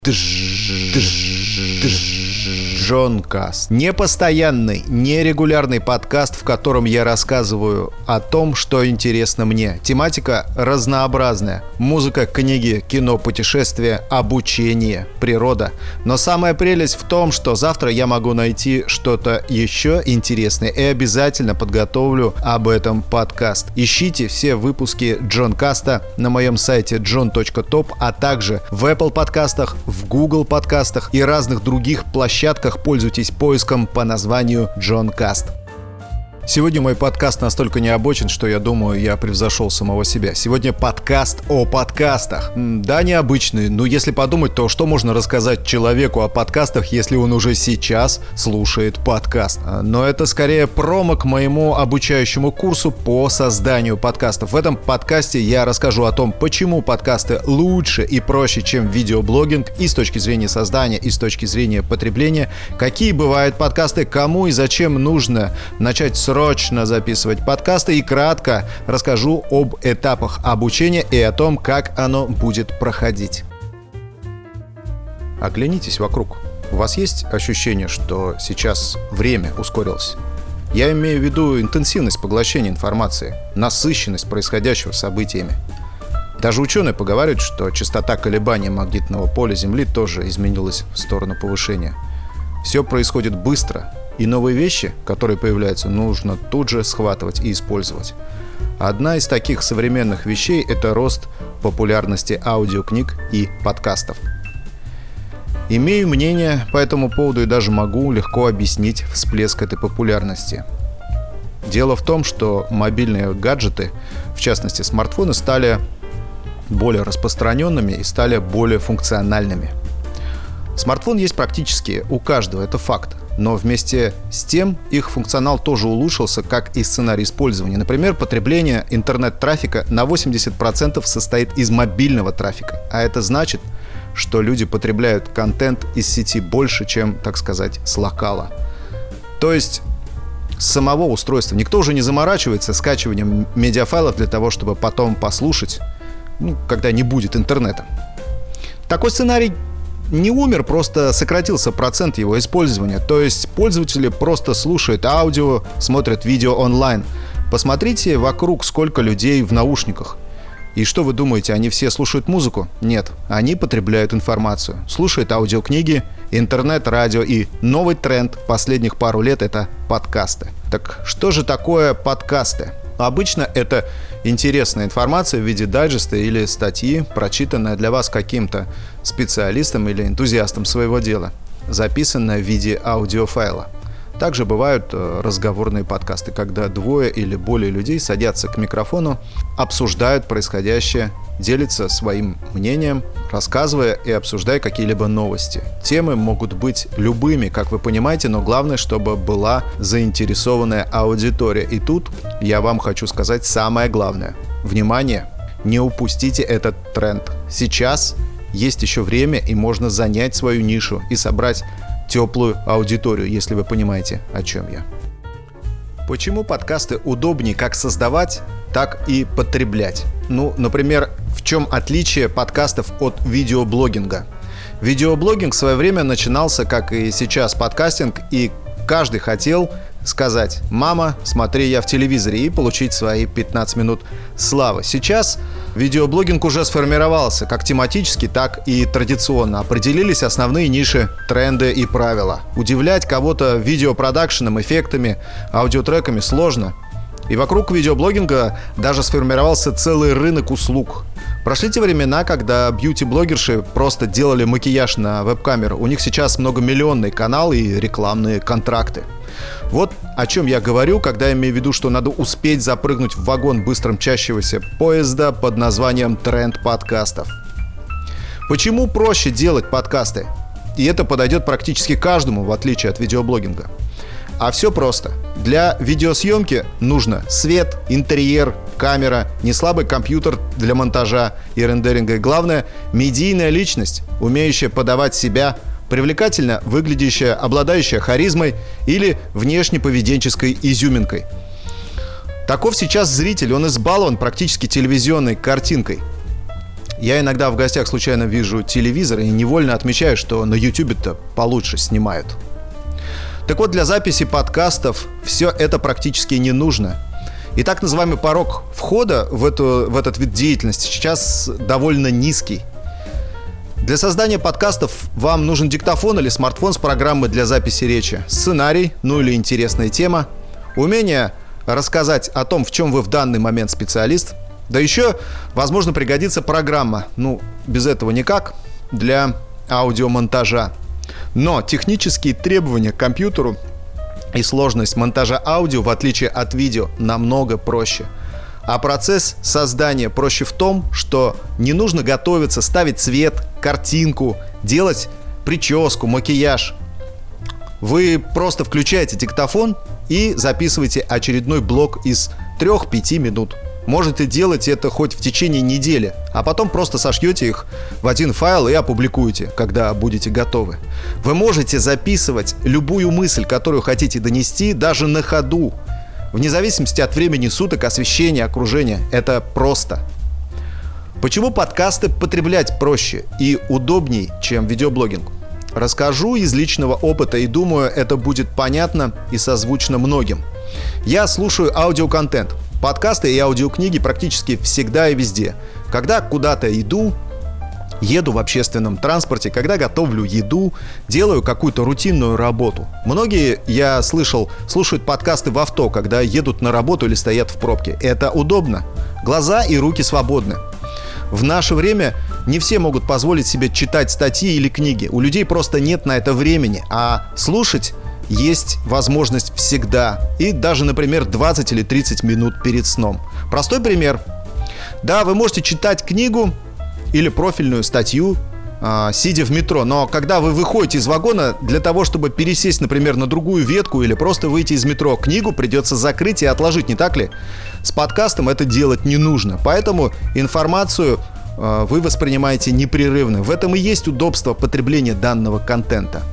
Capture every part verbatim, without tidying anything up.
Джонкаст. Непостоянный, нерегулярный подкаст, в котором я рассказываю о том, что интересно мне. Тематика разнообразная. Музыка, книги, кино, путешествия, обучение, природа. Но самая прелесть в том, что завтра я могу найти что-то еще интересное и обязательно подготовлю об этом подкаст. Ищите все выпуски Джонкаста на моем сайте джон точка топ, а также в Apple подкастах, в Google подкастах и разных других площадках. Пользуйтесь поиском по названию Джонкаст. Сегодня мой подкаст настолько необычен, что я думаю, я превзошел самого себя. Сегодня подкаст о подкастах. Да, необычный, но если подумать, то что можно рассказать человеку о подкастах, если он уже сейчас слушает подкаст? Но это скорее промо к моему обучающему курсу по созданию подкастов. В этом подкасте я расскажу о том, почему подкасты лучше и проще, чем видеоблогинг, и с точки зрения создания, и с точки зрения потребления, какие бывают подкасты, кому и зачем нужно начать с срочно записывать подкасты, и кратко расскажу об этапах обучения и о том, как оно будет проходить. Оглянитесь вокруг. У вас есть ощущение, что сейчас время ускорилось? Я имею в виду интенсивность поглощения информации, насыщенность происходящего событиями. Даже ученые поговаривают, что частота колебания магнитного поля Земли тоже изменилась в сторону повышения. Все происходит быстро, и новые вещи, которые появляются, нужно тут же схватывать и использовать. Одна из таких современных вещей – это рост популярности аудиокниг и подкастов. Имею мнение по этому поводу и даже могу легко объяснить всплеск этой популярности. Дело в том, что мобильные гаджеты, в частности смартфоны, стали более распространенными и стали более функциональными. Смартфон есть практически у каждого, это факт. Но вместе с тем их функционал тоже улучшился, как и сценарий использования. Например, потребление интернет-трафика на восемьдесят процентов состоит из мобильного трафика. А это значит, что люди потребляют контент из сети больше, чем, так сказать, с локала. То есть с самого устройства. Никто уже не заморачивается скачиванием медиафайлов для того, чтобы потом послушать, ну, когда не будет интернета. Такой сценарий не умер, просто сократился процент его использования. То есть пользователи просто слушают аудио, смотрят видео онлайн. Посмотрите вокруг, сколько людей в наушниках. И что вы думаете, они все слушают музыку? Нет, они потребляют информацию, слушают аудиокниги, интернет, радио, и новый тренд последних пару лет – это подкасты. Так что же такое подкасты? Обычно это интересная информация в виде дайджеста или статьи, прочитанная для вас каким-то специалистом или энтузиастом своего дела, записанная в виде аудиофайла. Также бывают разговорные подкасты, когда двое или более людей садятся к микрофону, обсуждают происходящее, делятся своим мнением, рассказывая и обсуждая какие-либо новости. Темы могут быть любыми, как вы понимаете, но главное, чтобы была заинтересованная аудитория. И тут я вам хочу сказать самое главное. Внимание! Не упустите этот тренд. Сейчас есть еще время, и можно занять свою нишу и собрать теплую аудиторию, если вы понимаете, о чем я. Почему подкасты удобнее как создавать, так и потреблять? Ну, например, в чем отличие подкастов от видеоблогинга? Видеоблогинг в свое время начинался, как и сейчас подкастинг, и каждый хотел сказать: «Мама, смотри, я в телевизоре», и получить свои пятнадцать минут славы. Сейчас видеоблогинг уже сформировался как тематически, так и традиционно. Определились основные ниши, тренды и правила. Удивлять кого-то видеопродакшеном, эффектами, аудиотреками сложно. И вокруг видеоблогинга даже сформировался целый рынок услуг. Прошли те времена, когда бьюти-блогерши просто делали макияж на веб-камеру. У них сейчас многомиллионный канал и рекламные контракты. Вот о чем я говорю, когда имею в виду, что надо успеть запрыгнуть в вагон быстро мчащегося поезда под названием тренд подкастов. Почему проще делать подкасты? И это подойдет практически каждому, в отличие от видеоблогинга. А все просто. Для видеосъемки нужно свет, интерьер, камера, неслабый компьютер для монтажа и рендеринга. И главное, медийная личность, умеющая подавать себя, привлекательно выглядящая, обладающая харизмой или внешнеповеденческой изюминкой. Таков сейчас зритель, он избалован практически телевизионной картинкой. Я иногда в гостях случайно вижу телевизор и невольно отмечаю, что на Ютубе-то получше снимают. Так вот, для записи подкастов все это практически не нужно. И так называемый порог входа в, эту, в этот вид деятельности сейчас довольно низкий. Для создания подкастов вам нужен диктофон или смартфон с программой для записи речи, сценарий, ну или интересная тема, умение рассказать о том, в чем вы в данный момент специалист, да еще, возможно, пригодится программа, ну, без этого никак, для аудиомонтажа. Но технические требования к компьютеру и сложность монтажа аудио, в отличие от видео, намного проще. А процесс создания проще в том, что не нужно готовиться, ставить цвет, картинку, делать прическу, макияж. Вы просто включаете диктофон и записываете очередной блок из трех-пяти минут. Можете делать это хоть в течение недели, а потом просто сошьете их в один файл и опубликуете, когда будете готовы. Вы можете записывать любую мысль, которую хотите донести, даже на ходу, вне зависимости от времени суток, освещения, окружения. Это просто. Почему подкасты потреблять проще и удобней, чем видеоблогинг? Расскажу из личного опыта и думаю, это будет понятно и созвучно многим. Я слушаю аудиоконтент. Подкасты и аудиокниги практически всегда и везде. Когда куда-то иду, еду в общественном транспорте, когда готовлю еду, делаю какую-то рутинную работу. Многие, я слышал, слушают подкасты в авто, когда едут на работу или стоят в пробке. Это удобно. Глаза и руки свободны. В наше время не все могут позволить себе читать статьи или книги. У людей просто нет на это времени, а слушать есть возможность всегда. И даже, например, двадцать или тридцать минут перед сном. Простой пример. Да, вы можете читать книгу или профильную статью, э, сидя в метро. Но когда вы выходите из вагона, для того, чтобы пересесть, например, на другую ветку или просто выйти из метро, книгу придется закрыть и отложить, не так ли? С подкастом это делать не нужно. Поэтому информацию э, вы воспринимаете непрерывно. В этом и есть удобство потребления данного контента.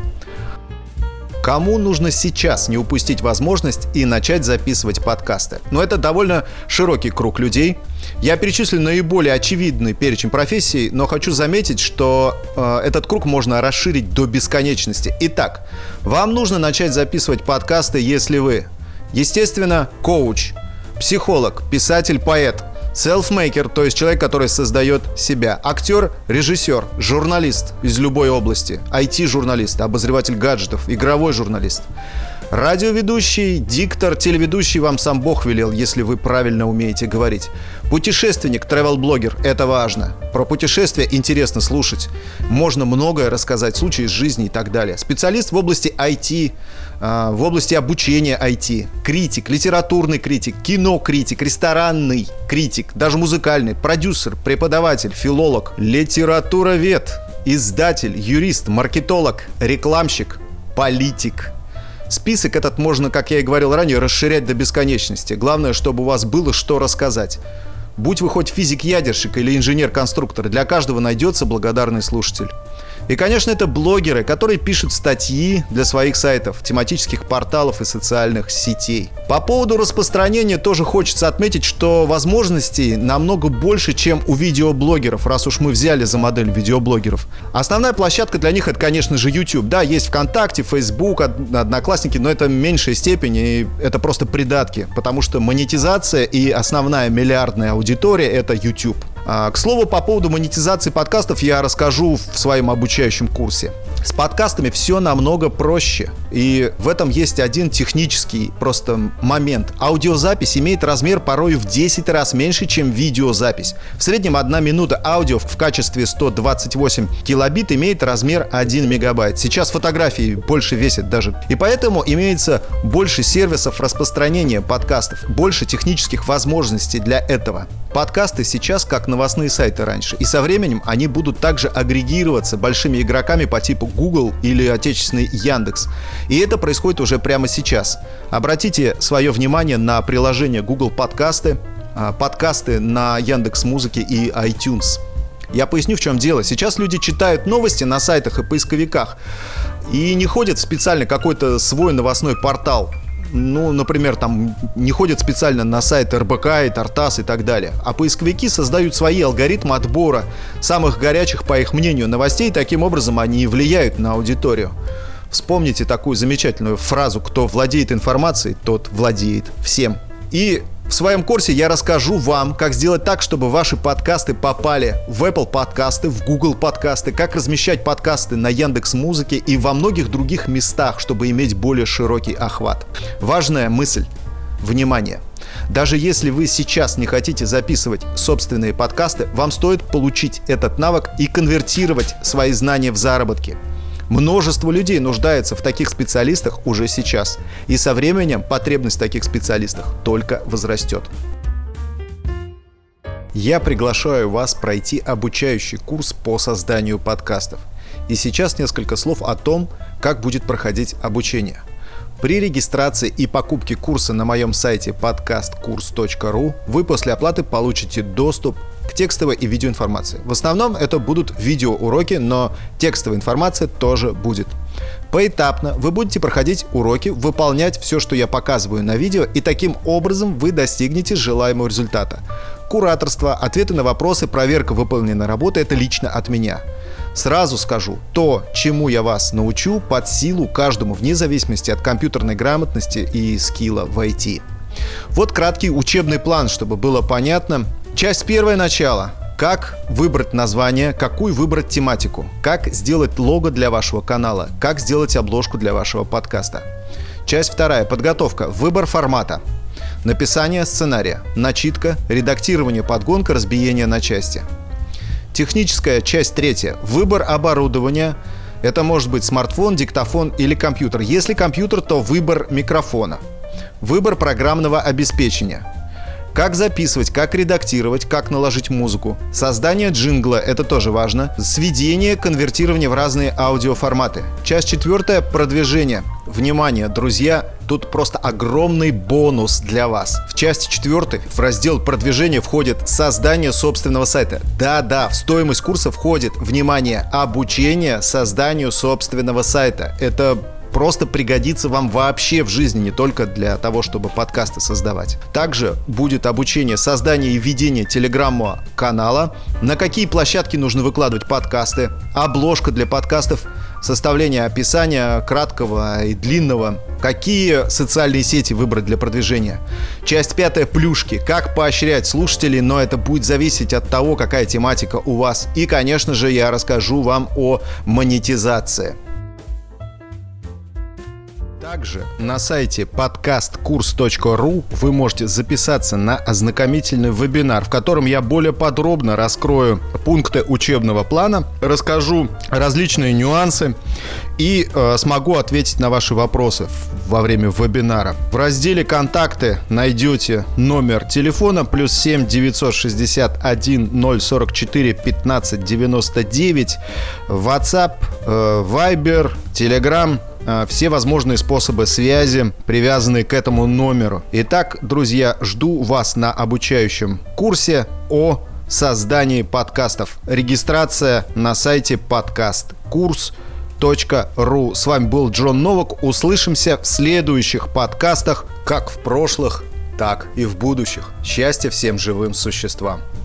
Кому нужно сейчас не упустить возможность и начать записывать подкасты? Но это довольно широкий круг людей. Я перечислю наиболее очевидный перечень профессий, но хочу заметить, что э, этот круг можно расширить до бесконечности. Итак, вам нужно начать записывать подкасты, если вы, естественно, коуч, психолог, писатель, поэт, селфмейкер, то есть человек, который создает себя, актер, режиссер, журналист из любой области, ай ти-журналист, обозреватель гаджетов, игровой журналист, радиоведущий, диктор, телеведущий, вам сам Бог велел, если вы правильно умеете говорить. Путешественник, travel-блогер, это важно. Про путешествия интересно слушать. Можно многое рассказать, случаи из жизни и так далее. Специалист в области ай ти, э, в области обучения ай ти. Критик, литературный критик, кинокритик, ресторанный критик, даже музыкальный, продюсер, преподаватель, филолог, литературовед, издатель, юрист, маркетолог, рекламщик, политик. Список этот можно, как я и говорил ранее, расширять до бесконечности. Главное, чтобы у вас было что рассказать. Будь вы хоть физик-ядерщик или инженер-конструктор, для каждого найдется благодарный слушатель. И, конечно, это блогеры, которые пишут статьи для своих сайтов, тематических порталов и социальных сетей. По поводу распространения тоже хочется отметить, что возможностей намного больше, чем у видеоблогеров, раз уж мы взяли за модель видеоблогеров. Основная площадка для них — это, конечно же, YouTube. Да, есть ВКонтакте, Facebook, Одноклассники, но это в меньшей степени, и это просто придатки, потому что монетизация и основная миллиардная аудитория — это YouTube. К слову, по поводу монетизации подкастов я расскажу в своем обучающем курсе. С подкастами все намного проще. И в этом есть один технический просто момент. Аудиозапись имеет размер порой в десять раз меньше, чем видеозапись. В среднем одна минута аудио в качестве сто двадцать восемь килобит имеет размер один мегабайт. Сейчас фотографии больше весят даже. И поэтому имеется больше сервисов распространения подкастов, больше технических возможностей для этого. Подкасты сейчас как новостные сайты раньше. И со временем они будут также агрегироваться большими игроками по типу Google или отечественный Яндекс. И это происходит уже прямо сейчас. Обратите свое внимание на приложение Google Подкасты, подкасты на Яндекс.Музыке и iTunes. Я поясню, в чем дело. Сейчас люди читают новости на сайтах и поисковиках и не ходят в специальный какой-то свой новостной портал. ну, например, там не ходят специально на сайт эр бэ ка и Тартас и так далее. А поисковики создают свои алгоритмы отбора самых горячих, по их мнению, новостей. Таким образом, они влияют на аудиторию. Вспомните такую замечательную фразу: кто владеет информацией, тот владеет всем. И в своем курсе я расскажу вам, как сделать так, чтобы ваши подкасты попали в Apple подкасты, в Google подкасты, как размещать подкасты на Яндекс.Музыке и во многих других местах, чтобы иметь более широкий охват. Важная мысль. Внимание! Даже если вы сейчас не хотите записывать собственные подкасты, вам стоит получить этот навык и конвертировать свои знания в заработки. Множество людей нуждается в таких специалистах уже сейчас. И со временем потребность в таких специалистах только возрастет. Я приглашаю вас пройти обучающий курс по созданию подкастов. И сейчас несколько слов о том, как будет проходить обучение. При регистрации и покупке курса на моем сайте подкаст курс точка ру вы после оплаты получите доступ к текстовой и видеоинформации. В основном это будут видеоуроки, но текстовая информация тоже будет. Поэтапно вы будете проходить уроки, выполнять все, что я показываю на видео, и таким образом вы достигнете желаемого результата. Кураторство, ответы на вопросы, проверка выполненной работы – это лично от меня. Сразу скажу, то, чему я вас научу, под силу каждому, вне зависимости от компьютерной грамотности и скилла в ай ти. Вот краткий учебный план, чтобы было понятно. Часть первая – начало. Как выбрать название, какую выбрать тематику, как сделать лого для вашего канала, как сделать обложку для вашего подкаста. Часть вторая – подготовка, выбор формата, написание сценария, начитка, редактирование, подгонка, разбиение на части. Техническая часть третья – выбор оборудования. Это может быть смартфон, диктофон или компьютер. Если компьютер, то выбор микрофона. Выбор программного обеспечения. Как записывать, как редактировать, как наложить музыку. Создание джингла – это тоже важно. Сведение, конвертирование в разные аудиоформаты. Часть четвертая – продвижение. Внимание, друзья, тут просто огромный бонус для вас. В части четвертой в раздел продвижения входит создание собственного сайта. Да-да, в стоимость курса входит, внимание, обучение созданию собственного сайта. Это просто пригодится вам вообще в жизни, не только для того, чтобы подкасты создавать. Также будет обучение создания и ведения телеграм-канала, на какие площадки нужно выкладывать подкасты, обложка для подкастов, составление описания краткого и длинного, какие социальные сети выбрать для продвижения. Часть пятая – плюшки, как поощрять слушателей, но это будет зависеть от того, какая тематика у вас. И, конечно же, я расскажу вам о монетизации. Также на сайте подкаст курс точка ру вы можете записаться на ознакомительный вебинар, в котором я более подробно раскрою пункты учебного плана, расскажу различные нюансы и э, смогу ответить на ваши вопросы во время вебинара. В разделе «Контакты» найдете номер телефона плюс семь девятьсот шестьдесят один ноль сорок четыре пятнадцать девяносто девять, WhatsApp, э, Viber, Telegram. Все возможные способы связи, привязанные к этому номеру. Итак, друзья, жду вас на обучающем курсе о создании подкастов. Регистрация на сайте подкаст курс точка ру. С вами был Джон Новак. Услышимся в следующих подкастах, как в прошлых, так и в будущих. Счастья всем живым существам.